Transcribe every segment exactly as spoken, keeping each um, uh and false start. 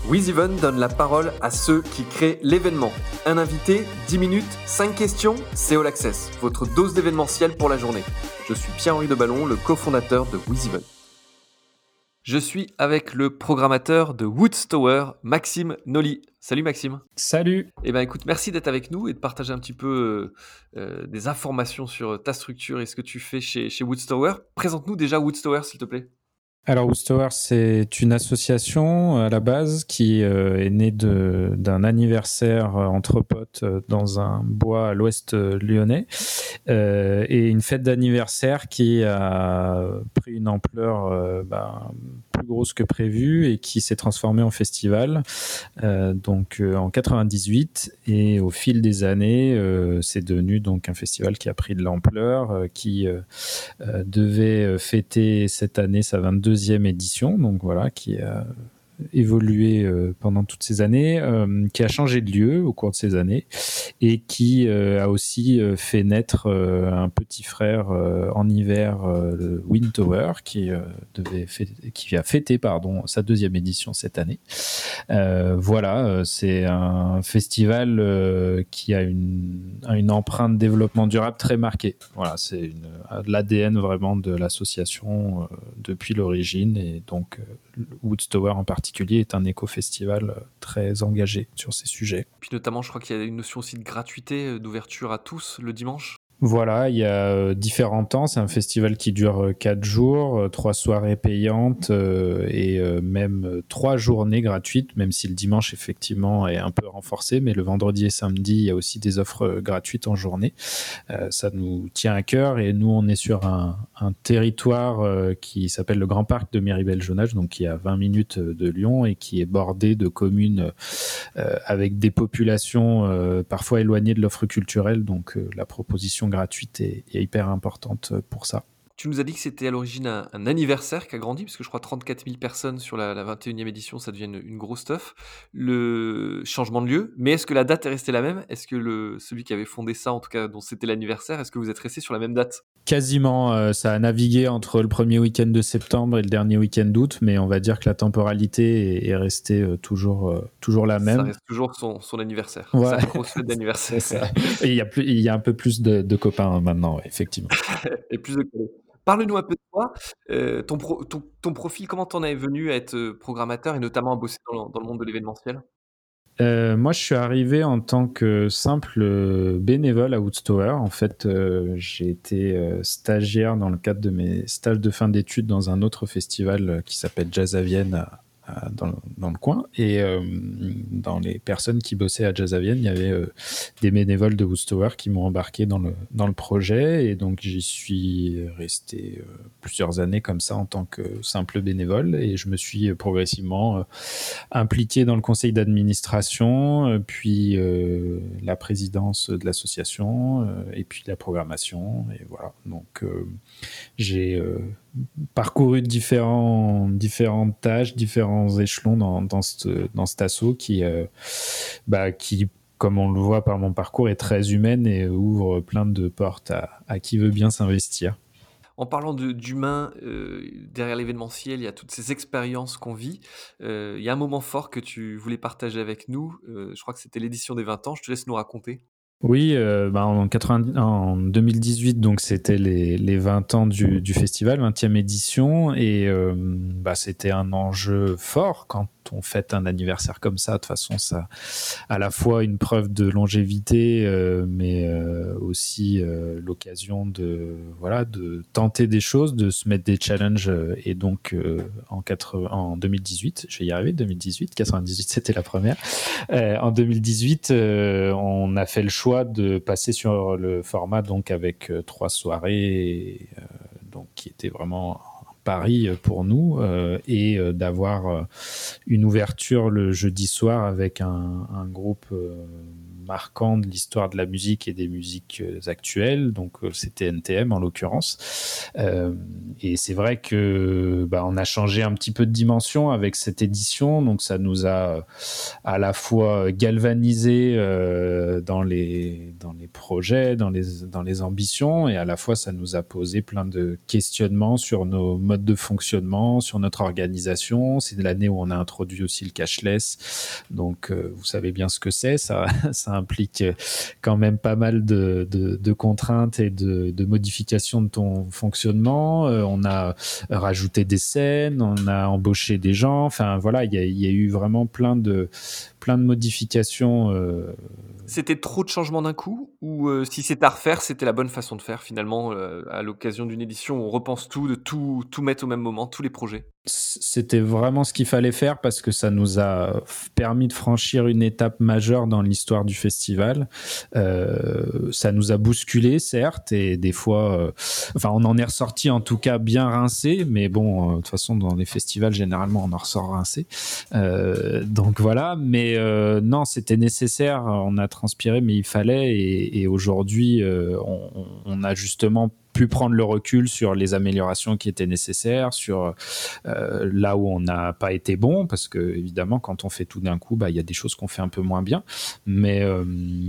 WizEven donne la parole à ceux qui créent l'événement. Un invité, dix minutes, cinq questions, c'est All Access, votre dose d'événementiel pour la journée. Je suis Pierre-Henri Deballon, le cofondateur de WizEven. Je suis avec le programmateur de Woods Tower, Maxime Nolly. Salut Maxime. Salut. Eh ben écoute, merci d'être avec nous et de partager un petit peu euh, euh, des informations sur ta structure et ce que tu fais chez, chez Woods Tower. Présente-nous déjà Woods Tower, s'il te plaît. Alors, Woods Tower, c'est une association à la base qui euh, est née de, d'un anniversaire entre potes dans un bois à l'ouest lyonnais euh, et une fête d'anniversaire qui a pris une ampleur euh, bah, plus grosse que prévu et qui s'est transformée en festival euh, donc euh, en quatre-vingt-dix-huit, et au fil des années, euh, c'est devenu donc un festival qui a pris de l'ampleur, euh, qui euh, euh, devait fêter cette année sa vingt-deuxième édition, donc voilà, qui a évolué euh, pendant toutes ces années, euh, qui a changé de lieu au cours de ces années et qui euh, a aussi euh, fait naître euh, un petit frère euh, en hiver, euh, le Wind Tower, qui euh, devait fêter, qui a fêté pardon sa deuxième édition cette année. Euh, voilà, euh, c'est un festival euh, qui a une, une empreinte développement durable très marquée. Voilà, c'est une, l'A D N vraiment de l'association euh, depuis l'origine, et donc euh, Woods Tower en particulier est un éco-festival très engagé sur ces sujets. Puis notamment, je crois qu'il y a une notion aussi de gratuité, d'ouverture à tous le dimanche. Voilà, il y a différents temps. C'est un festival qui dure quatre jours, trois soirées payantes euh, et euh, même trois journées gratuites, même si le dimanche, effectivement, est un peu renforcé. Mais le vendredi et samedi, il y a aussi des offres gratuites en journée. Euh, ça nous tient à cœur, et nous, on est sur un, un territoire euh, qui s'appelle le Grand Parc de Méribel-Jonage, donc qui est à vingt minutes de Lyon et qui est bordé de communes euh, avec des populations euh, parfois éloignées de l'offre culturelle. Donc, euh, la proposition gratuite est, est hyper importante pour ça. Tu nous as dit que c'était à l'origine un, un anniversaire qui a grandi, parce que je crois trente-quatre mille personnes sur la, la vingt et unième édition, ça devient une, une grosse stuff. Le changement de lieu, mais est-ce que la date est restée la même ? Est-ce que le, celui qui avait fondé ça, en tout cas dont c'était l'anniversaire, est-ce que vous êtes resté sur la même date ? Quasiment, euh, ça a navigué entre le premier week-end de septembre et le dernier week-end d'août, mais on va dire que la temporalité est, est restée euh, toujours, euh, toujours la même. Ça reste toujours son, son anniversaire, ouais. sa grosse fête d'anniversaire. C'est ça. Et il y a plus, il y a un peu plus de, de copains maintenant, ouais, effectivement. Et plus de collègues. Parle-nous un peu de toi, euh, ton, pro, ton, ton profil, comment t'en es venu à être programmateur et notamment à bosser dans, dans le monde de l'événementiel ? Euh, moi, je suis arrivé en tant que simple bénévole à Woods Tower. En fait, euh, j'ai été euh, stagiaire dans le cadre de mes stages de fin d'études dans un autre festival qui s'appelle Jazz à Vienne à, à, dans, dans le coin. Et euh, dans les personnes qui bossaient à Jazz à Vienne, il y avait euh, des bénévoles de Woods Tower qui m'ont embarqué dans le, dans le projet. Et donc, j'y suis resté euh, plusieurs années comme ça en tant que simple bénévole. Et je me suis progressivement euh, impliqué dans le conseil d'administration, puis euh, la présidence de l'association, euh, et puis la programmation, et voilà. Donc euh, j'ai euh, parcouru différents, différentes tâches, différents échelons dans, dans, cette, dans cet asso qui, euh, bah, qui, comme on le voit par mon parcours, est très humaine et ouvre plein de portes à, à qui veut bien s'investir. En parlant de, d'humain, euh, derrière l'événementiel, il y a toutes ces expériences qu'on vit. Euh, il y a un moment fort que tu voulais partager avec nous. Euh, je crois que c'était l'édition des vingt ans. Je te laisse nous raconter. Oui, euh, bah en, quatre-vingt-dix, en deux mille dix-huit, donc c'était les, les vingt ans du, du festival, vingtième édition, et euh, bah, c'était un enjeu fort quand on fête un anniversaire comme ça. De toute façon, ça à la fois une preuve de longévité, euh, mais euh, aussi euh, l'occasion de voilà de tenter des choses, de se mettre des challenges. Et donc euh, en, quatre-vingts, en deux mille dix-huit, je vais y arriver, deux mille dix-huit, quatre-vingt-dix-huit c'était la première. Euh, en deux mille dix-huit, euh, on a fait le choix de passer sur le format donc avec euh, trois soirées, euh, donc qui était vraiment un pari pour nous, euh, et euh, d'avoir euh, une ouverture le jeudi soir avec un, un groupe euh, marquants de l'histoire de la musique et des musiques actuelles. Donc, c'était N T M en l'occurrence. Euh, et c'est vrai que bah, on a changé un petit peu de dimension avec cette édition. Donc, ça nous a à la fois galvanisé euh, dans les dans les projets, dans les dans les ambitions, et à la fois ça nous a posé plein de questionnements sur nos modes de fonctionnement, sur notre organisation. C'est l'année où on a introduit aussi le cashless, donc euh, vous savez bien ce que c'est. Ça, ça implique quand même pas mal de, de, de contraintes et de, de modifications de ton fonctionnement. Euh, on a rajouté des scènes, on a embauché des gens. Enfin voilà, il y a, il y a eu vraiment plein de plein de modifications. Euh, C'était trop de changements d'un coup, ou euh, si c'était à refaire, c'était la bonne façon de faire finalement euh, à l'occasion d'une édition où on repense tout, de tout, tout mettre au même moment, tous les projets? C'était vraiment ce qu'il fallait faire parce que ça nous a permis de franchir une étape majeure dans l'histoire du festival. Euh, ça nous a bousculé, certes, et des fois, euh, enfin, on en est ressorti en tout cas bien rincé, mais bon, euh, de toute façon, dans les festivals, généralement, on en ressort rincé. Euh, donc voilà, mais euh, non, c'était nécessaire, on a transpiré, mais il fallait, et, et aujourd'hui, euh, on, on a justement pu prendre le recul sur les améliorations qui étaient nécessaires, sur euh, là où on n'a pas été bon, parce que évidemment quand on fait tout d'un coup, bah, y a des choses qu'on fait un peu moins bien, mais euh,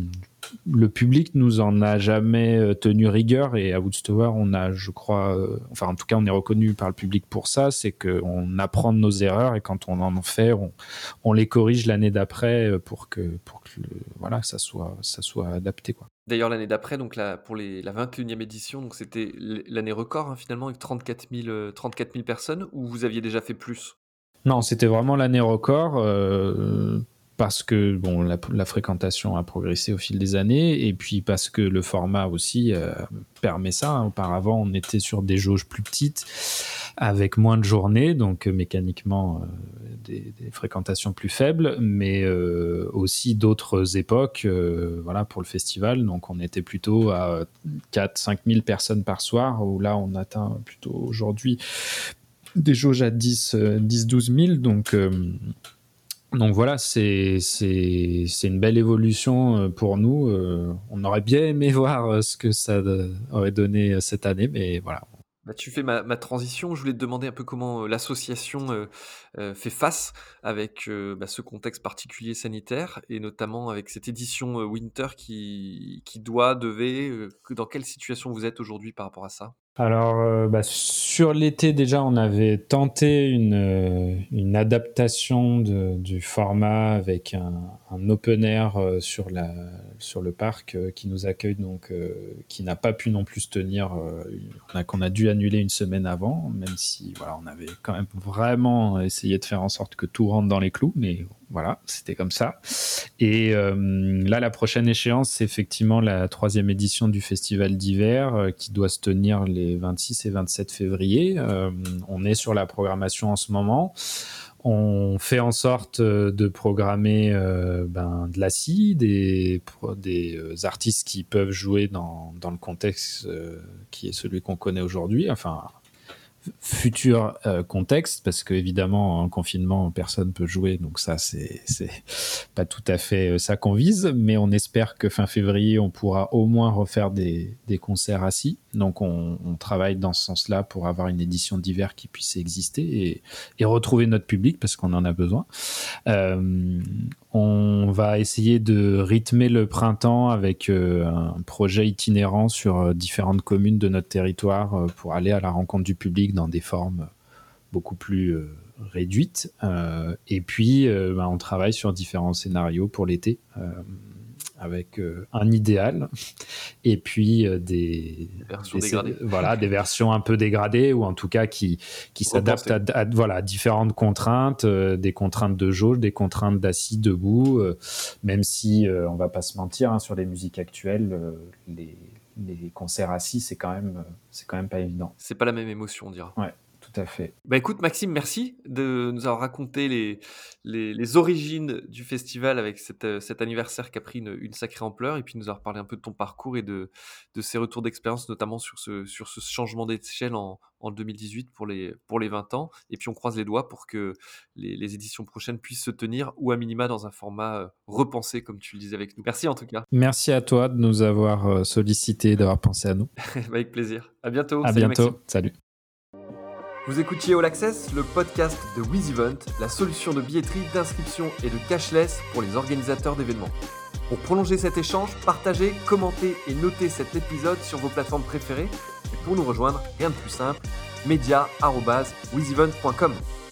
le public nous en a jamais tenu rigueur, et à Woodstower on a, je crois, euh, enfin en tout cas on est reconnu par le public pour ça, c'est qu'on apprend de nos erreurs, et quand on en fait, on, on les corrige l'année d'après pour que, pour que le, voilà, ça soit, ça soit adapté, quoi. D'ailleurs, l'année d'après, donc la, pour les, la vingt et unième édition, donc c'était l'année record hein, finalement avec trente-quatre mille, euh, trente-quatre mille personnes, ou vous aviez déjà fait plus? Non, c'était vraiment l'année record. Euh, parce que bon, la, la fréquentation a progressé au fil des années, et puis parce que le format aussi euh, permet ça. Hein. Auparavant, on était sur des jauges plus petites, avec moins de journées, donc euh, mécaniquement euh, des, des fréquentations plus faibles, mais euh, aussi d'autres époques, euh, voilà, pour le festival. Donc on était plutôt à quatre à cinq mille personnes par soir, où là on atteint plutôt aujourd'hui des jauges à dix à douze mille. Donc euh, Donc voilà, c'est, c'est, c'est une belle évolution pour nous. Euh, on aurait bien aimé voir ce que ça aurait donné cette année, mais voilà. Bah, tu fais ma, ma transition. Je voulais te demander un peu comment euh, l'association euh, euh, fait face avec euh, bah, ce contexte particulier sanitaire, et notamment avec cette édition euh, Winter qui, qui doit, devait, euh, que- dans quelle situation vous êtes aujourd'hui par rapport à ça? Alors, euh, bah, sur l'été, déjà, on avait tenté une, euh, une adaptation de- du format avec un, un open air euh, sur, la, sur le parc euh, qui nous accueille, donc, euh, qui n'a pas pu non plus se tenir, euh, on a- qu'on a dû annuler une semaine avant, même si voilà, on avait quand même vraiment essayé de faire en sorte que tout rentre dans les clous, mais voilà, c'était comme ça. Et euh, là, la prochaine échéance, c'est effectivement la troisième édition du festival d'hiver euh, qui doit se tenir les vingt-six et vingt-sept février. Euh, on est sur la programmation en ce moment. On fait en sorte de programmer euh, ben, de la C I, des, des euh, artistes qui peuvent jouer dans, dans le contexte euh, qui est celui qu'on connaît aujourd'hui. Enfin, futur euh, contexte, parce qu'évidemment en confinement personne peut jouer, donc ça c'est, c'est pas tout à fait ça qu'on vise, mais on espère que fin février on pourra au moins refaire des, des concerts assis, donc on, on travaille dans ce sens là pour avoir une édition d'hiver qui puisse exister et, et retrouver notre public parce qu'on en a besoin. Euh, on va essayer de rythmer le printemps avec euh, un projet itinérant sur euh, différentes communes de notre territoire euh, pour aller à la rencontre du public dans des formes beaucoup plus euh, réduites. Euh, et puis, euh, bah, on travaille sur différents scénarios pour l'été. Euh, avec euh, un idéal et puis euh, des, Version des, dégradée. voilà, des versions un peu dégradées ou en tout cas qui, qui s'adaptent à, à voilà, différentes contraintes, euh, des contraintes de jauge, des contraintes d'assis, debout, euh, même si euh, on va pas se mentir hein, sur les musiques actuelles, euh, les, les concerts assis c'est quand même, c'est quand même pas évident. C'est pas la même émotion, on dira. Ouais. Tout à fait. Bah écoute Maxime, merci de nous avoir raconté les, les, les origines du festival avec cet, euh, cet anniversaire qui a pris une, une sacrée ampleur et puis nous avoir parlé un peu de ton parcours et de, de ces retours d'expérience, notamment sur ce, sur ce changement d'échelle en, en deux mille dix-huit pour les, pour les vingt ans. Et puis on croise les doigts pour que les, les éditions prochaines puissent se tenir ou à minima dans un format euh, repensé comme tu le disais avec nous. Merci en tout cas. Merci à toi de nous avoir sollicité, d'avoir pensé à nous. Avec plaisir. À bientôt. À Salut, bientôt. Maxime. Salut. Vous écoutiez All Access, le podcast de WizEvent, la solution de billetterie, d'inscription et de cashless pour les organisateurs d'événements. Pour prolonger cet échange, partagez, commentez et notez cet épisode sur vos plateformes préférées. Et pour nous rejoindre, rien de plus simple, media arobase wizevent point com.